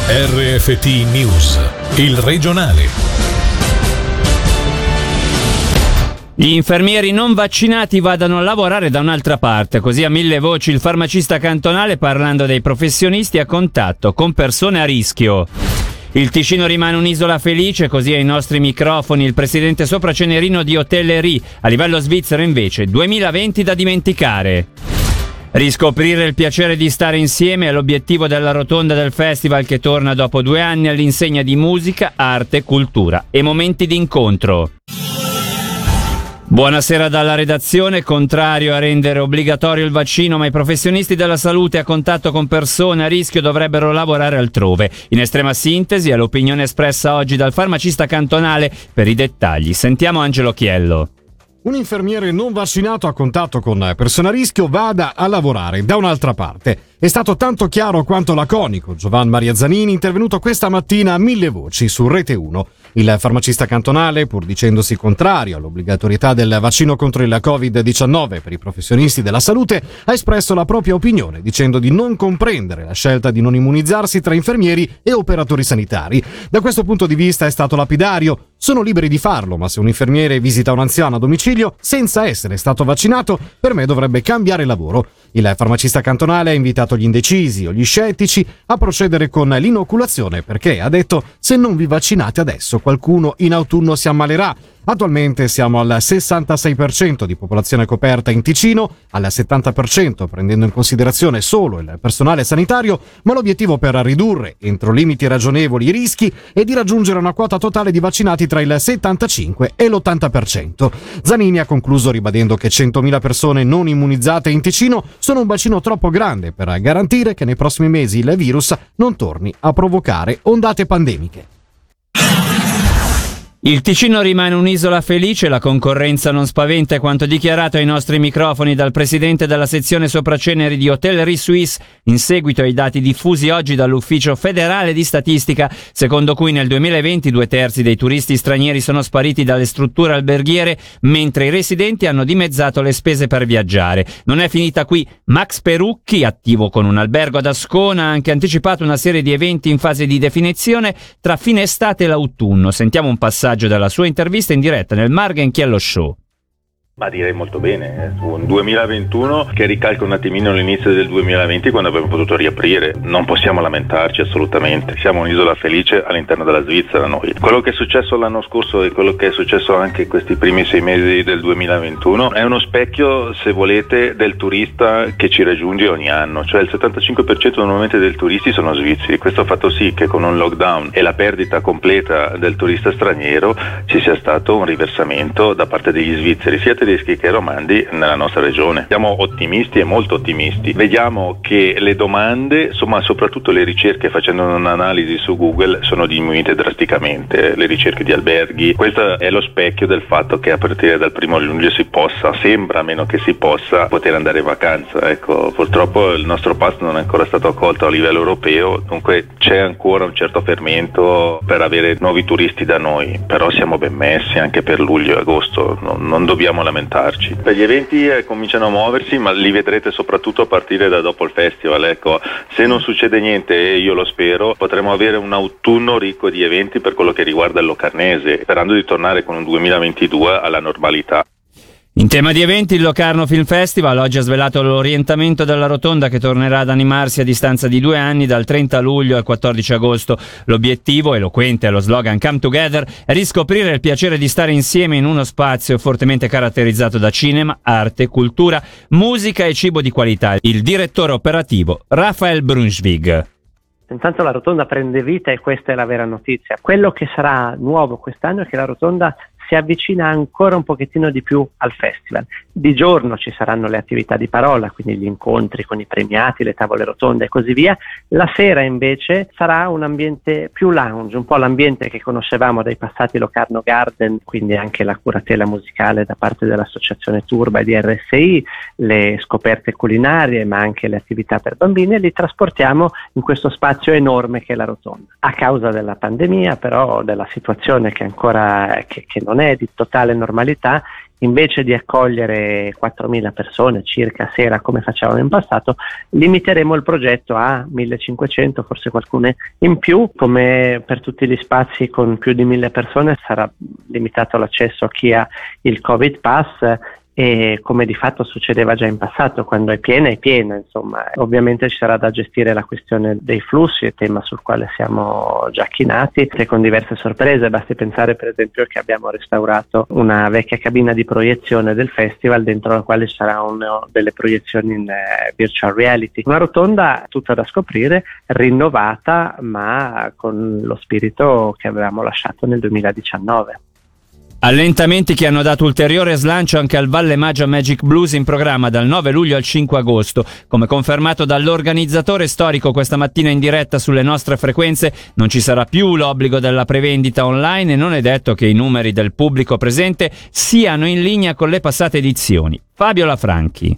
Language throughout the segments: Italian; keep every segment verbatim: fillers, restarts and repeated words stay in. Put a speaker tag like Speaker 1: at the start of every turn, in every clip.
Speaker 1: R F T News, il regionale.
Speaker 2: Gli infermieri non vaccinati vadano a lavorare da un'altra parte, così a mille voci il farmacista cantonale parlando dei professionisti a contatto con persone a rischio. Il Ticino rimane un'isola felice, così ai nostri microfoni il presidente sopracenerino di Hotellerie. A livello svizzero invece duemilaventi da dimenticare. Riscoprire il piacere di stare insieme è l'obiettivo della rotonda del festival che torna dopo due anni all'insegna di musica, arte, cultura e momenti di incontro. Buonasera dalla redazione. Contrario a rendere obbligatorio il vaccino, ma i professionisti della salute a contatto con persone a rischio dovrebbero lavorare altrove. In estrema sintesi è l'opinione espressa oggi dal farmacista cantonale. Per i dettagli sentiamo Angelo Chiello.
Speaker 3: Un infermiere non vaccinato a contatto con persone a rischio vada a lavorare da un'altra parte. È stato tanto chiaro quanto laconico Giovan Maria Zanini, intervenuto questa mattina a mille voci su Rete uno. Il farmacista cantonale, pur dicendosi contrario all'obbligatorietà del vaccino contro il covid diciannove per i professionisti della salute, ha espresso la propria opinione dicendo di non comprendere la scelta di non immunizzarsi tra infermieri e operatori sanitari. Da questo punto di vista è stato lapidario. Sono liberi di farlo, ma se un infermiere visita un anziano a domicilio senza essere stato vaccinato, per me dovrebbe cambiare lavoro. Il farmacista cantonale ha invitato gli indecisi o gli scettici a procedere con l'inoculazione perché, ha detto, se non vi vaccinate adesso qualcuno in autunno si ammalerà. Attualmente siamo al sessantasei per cento di popolazione coperta in Ticino, al settanta per cento prendendo in considerazione solo il personale sanitario, ma l'obiettivo per ridurre entro limiti ragionevoli i rischi è di raggiungere una quota totale di vaccinati tra il settantacinque e l'ottanta per cento. Zanini ha concluso ribadendo che centomila persone non immunizzate in Ticino sono un bacino troppo grande per garantire che nei prossimi mesi il virus non torni a provocare ondate pandemiche.
Speaker 2: Il Ticino rimane un'isola felice, la concorrenza non spaventa, è quanto dichiarato ai nostri microfoni dal presidente della sezione Sopraceneri di Hotellerie Suisse in seguito ai dati diffusi oggi dall'Ufficio federale di statistica, secondo cui nel duemilaventi due terzi dei turisti stranieri sono spariti dalle strutture alberghiere, mentre i residenti hanno dimezzato le spese per viaggiare. Non è finita qui. Max Perucchi, attivo con un albergo ad Ascona, ha anche anticipato una serie di eventi in fase di definizione tra fine estate e l'autunno. Sentiamo un passaggio della sua intervista in diretta nel Margen Chiello Show.
Speaker 4: Ma direi molto bene, su un duemilaventuno che ricalca un attimino l'inizio del duemilaventi quando abbiamo potuto riaprire. Non possiamo lamentarci assolutamente, siamo un'isola felice all'interno della Svizzera noi. Quello che è successo l'anno scorso e quello che è successo anche questi primi sei mesi del duemilaventuno è uno specchio, se volete, del turista che ci raggiunge ogni anno, cioè il settantacinque per cento normalmente dei turisti sono svizzeri. Questo ha fatto sì che con un lockdown e la perdita completa del turista straniero ci sia stato un riversamento da parte degli svizzeri, sia tedeschi che romandi nella nostra regione. Siamo ottimisti e molto ottimisti. Vediamo che le domande, insomma soprattutto le ricerche, facendo un'analisi su Google, sono diminuite drasticamente, le ricerche di alberghi. Questo è lo specchio del fatto che a partire dal primo luglio si possa, sembra meno che si possa, poter andare in vacanza. Ecco, purtroppo il nostro pass non è ancora stato accolto a livello europeo, dunque c'è ancora un certo fermento per avere nuovi turisti da noi, però siamo ben messi anche per luglio e agosto, non, non dobbiamo lamentarci. Gli eventi eh, cominciano a muoversi, ma li vedrete soprattutto a partire da dopo il festival. Ecco, se non succede niente, e io lo spero, potremo avere un autunno ricco di eventi per quello che riguarda il Locarnese, sperando di tornare con un duemilaventidue alla normalità.
Speaker 2: In tema di eventi, il Locarno Film Festival oggi ha svelato l'orientamento della rotonda che tornerà ad animarsi a distanza di due anni dal trenta luglio al quattordici agosto. L'obiettivo, eloquente allo slogan Come Together, è riscoprire il piacere di stare insieme in uno spazio fortemente caratterizzato da cinema, arte, cultura, musica e cibo di qualità. Il direttore operativo Raphael Brunschwig.
Speaker 5: Intanto la rotonda prende vita e questa è la vera notizia. Quello che sarà nuovo quest'anno è che la rotonda si avvicina ancora un pochettino di più al festival. Di giorno ci saranno le attività di parola, quindi gli incontri con i premiati, le tavole rotonde e così via. La sera invece sarà un ambiente più lounge, un po' l'ambiente che conoscevamo dai passati Locarno Garden, quindi anche la curatela musicale da parte dell'associazione Turba e di R S I, le scoperte culinarie, ma anche le attività per bambini, e li trasportiamo in questo spazio enorme che è la rotonda. A causa della pandemia, però, della situazione che ancora che, che non non è di totale normalità, invece di accogliere quattromila persone circa a sera come facevamo in passato, limiteremo il progetto a millecinquecento, forse qualcune in più. Come per tutti gli spazi con più di mille persone sarà limitato l'accesso a chi ha il Covid Pass, e come di fatto succedeva già in passato, quando è piena è piena, insomma. Ovviamente ci sarà da gestire la questione dei flussi, tema sul quale siamo già chinati, e con diverse sorprese. Basti pensare per esempio che abbiamo restaurato una vecchia cabina di proiezione del festival, dentro la quale ci sarà una delle proiezioni in eh, virtual reality, una rotonda tutta da scoprire, rinnovata ma con lo spirito che avevamo lasciato nel duemiladiciannove.
Speaker 2: Allentamenti che hanno dato ulteriore slancio anche al Valle Magia Magic Blues, in programma dal nove luglio al cinque agosto. Come confermato dall'organizzatore storico questa mattina in diretta sulle nostre frequenze, non ci sarà più l'obbligo della prevendita online e non è detto che i numeri del pubblico presente siano in linea con le passate edizioni. Fabio Lafranchi.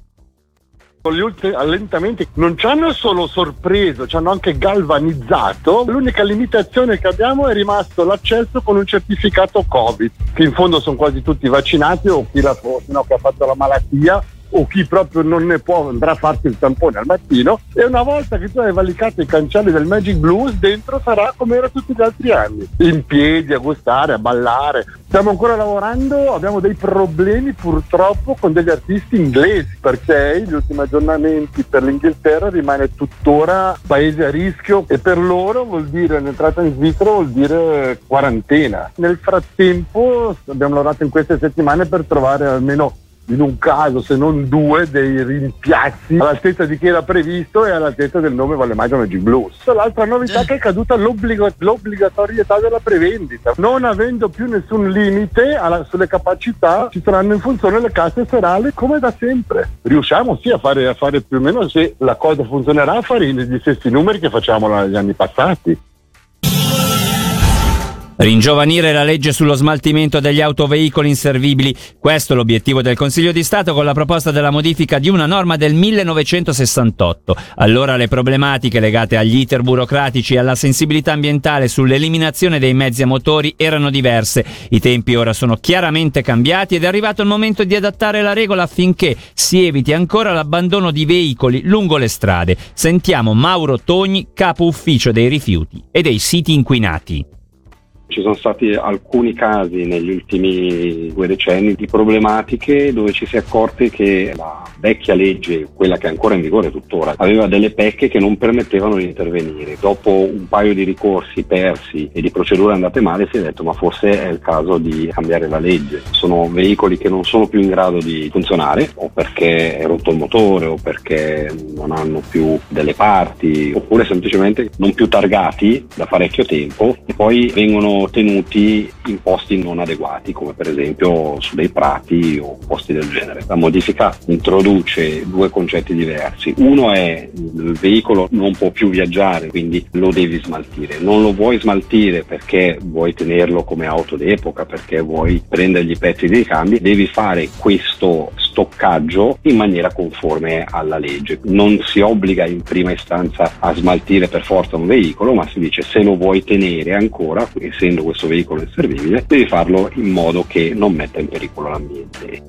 Speaker 6: Gli ultimi allentamenti non ci hanno solo sorpreso, ci hanno anche galvanizzato. L'unica limitazione che abbiamo è rimasto l'accesso con un certificato Covid, che in fondo sono quasi tutti vaccinati, o chi la, no, che ha fatto la malattia, o chi proprio non ne può andrà a farsi il tampone al mattino. E una volta che tu hai valicato i cancelli del Magic Blues, dentro sarà come era tutti gli altri anni, in piedi, a gustare, a ballare. Stiamo ancora lavorando, abbiamo dei problemi purtroppo con degli artisti inglesi, perché gli ultimi aggiornamenti per l'Inghilterra rimane tuttora paese a rischio, e per loro vuol dire l'entrata in Svizzera vuol dire quarantena. Nel frattempo abbiamo lavorato in queste settimane per trovare almeno in un caso, se non due, dei rimpiazzi all'altezza di chi era previsto e all'altezza del nome Valle Magia Magic Blues. L'altra novità è che è caduta l'obbligo- l'obbligatorietà della prevendita. Non avendo più nessun limite alla, sulle capacità, ci saranno in funzione le casse serali come da sempre. Riusciamo sì a fare, a fare più o meno, se la cosa funzionerà, a fare gli stessi numeri che facciamo negli anni passati.
Speaker 2: Ringiovanire la legge sullo smaltimento degli autoveicoli inservibili. Questo è l'obiettivo del Consiglio di Stato con la proposta della modifica di una norma del millenovecentosessantotto. Allora le problematiche legate agli iter burocratici e alla sensibilità ambientale sull'eliminazione dei mezzi a motori erano diverse. I tempi ora sono chiaramente cambiati ed è arrivato il momento di adattare la regola affinché si eviti ancora l'abbandono di veicoli lungo le strade. Sentiamo Mauro Togni, capo ufficio dei rifiuti e dei siti inquinati.
Speaker 7: Ci sono stati alcuni casi negli ultimi due decenni di problematiche dove ci si è accorti che la vecchia legge, quella che è ancora in vigore tuttora, aveva delle pecche che non permettevano di intervenire. Dopo un paio di ricorsi persi e di procedure andate male, si è detto ma forse è il caso di cambiare la legge. Sono veicoli che non sono più in grado di funzionare, o perché è rotto il motore, o perché non hanno più delle parti, oppure semplicemente non più targati da parecchio tempo, e poi vengono tenuti in posti non adeguati, come per esempio su dei prati o posti del genere. La modifica introduce due concetti diversi. Uno è: il veicolo non può più viaggiare, quindi lo devi smaltire. Non lo vuoi smaltire perché vuoi tenerlo come auto d'epoca, perché vuoi prendergli i pezzi dei cambi, devi fare questo stoccaggio in maniera conforme alla legge. Non si obbliga in prima istanza a smaltire per forza un veicolo, ma si dice se lo vuoi tenere ancora, essendo questo veicolo inservibile, devi farlo in modo che non metta in pericolo l'ambiente.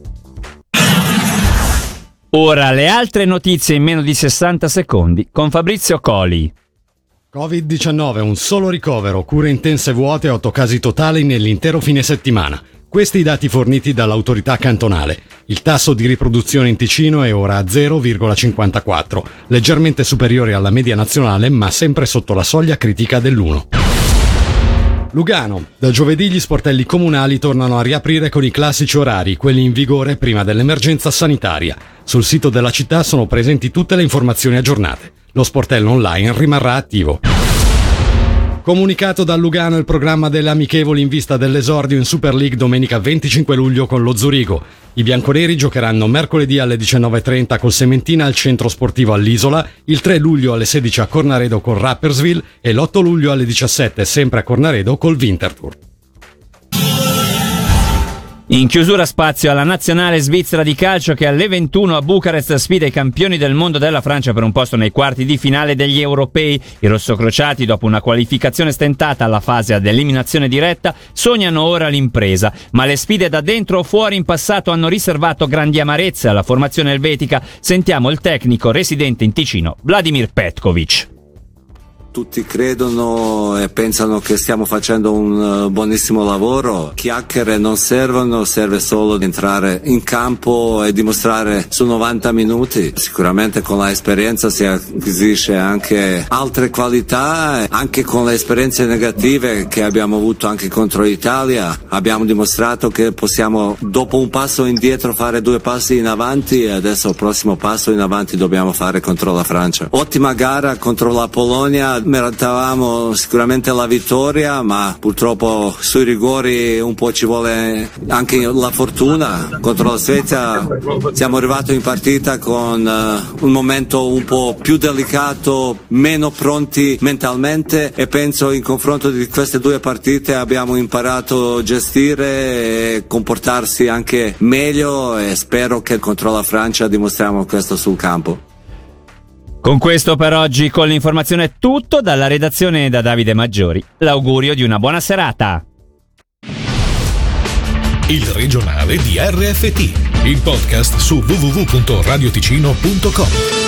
Speaker 2: Ora le altre notizie in meno di sessanta secondi con Fabrizio Coli.
Speaker 3: covid diciannove, un solo ricovero, cure intense vuote, otto casi totali nell'intero fine settimana. Questi i dati forniti dall'autorità cantonale. Il tasso di riproduzione in Ticino è ora a zero virgola cinquantaquattro, leggermente superiore alla media nazionale, ma sempre sotto la soglia critica dell'uno. Lugano. Da giovedì gli sportelli comunali tornano a riaprire con i classici orari, quelli in vigore prima dell'emergenza sanitaria. Sul sito della città sono presenti tutte le informazioni aggiornate. Lo sportello online rimarrà attivo. Comunicato da Lugano il programma delle amichevoli in vista dell'esordio in Super League domenica venticinque luglio con lo Zurigo. I bianconeri giocheranno mercoledì alle diciannove e trenta col Sementina al centro sportivo all'Isola, il tre luglio alle sedici a Cornaredo col Rapperswil e l'otto luglio alle diciassette sempre a Cornaredo col Winterthur.
Speaker 2: In chiusura spazio alla nazionale svizzera di calcio che alle ventuno a Bucarest sfida i campioni del mondo della Francia per un posto nei quarti di finale degli europei. I rossocrociati, dopo una qualificazione stentata alla fase ad eliminazione diretta, sognano ora l'impresa, ma le sfide da dentro o fuori in passato hanno riservato grandi amarezze alla formazione elvetica. Sentiamo il tecnico residente in Ticino, Vladimir Petkovic.
Speaker 8: Tutti credono e pensano che stiamo facendo un buonissimo lavoro. Chiacchiere non servono, serve solo entrare in campo e dimostrare su novanta minuti. Sicuramente con l'esperienza si acquisisce anche altre qualità, anche con le esperienze negative che abbiamo avuto anche contro l'Italia. Abbiamo dimostrato che possiamo dopo un passo indietro fare due passi in avanti e adesso il prossimo passo in avanti dobbiamo fare contro la Francia. Ottima gara contro la Polonia. Meritavamo sicuramente la vittoria, ma purtroppo sui rigori un po' ci vuole anche la fortuna. Contro la Svezia siamo arrivati in partita con uh, un momento un po' più delicato, meno pronti mentalmente e penso in confronto di queste due partite abbiamo imparato a gestire e comportarsi anche meglio e spero che contro la Francia dimostriamo questo sul campo.
Speaker 2: Con questo per oggi, con l'informazione è tutto, dalla redazione da Davide Maggiori. L'augurio di una buona serata.
Speaker 1: Il regionale di R F T, il podcast su w w w punto radioticino punto com.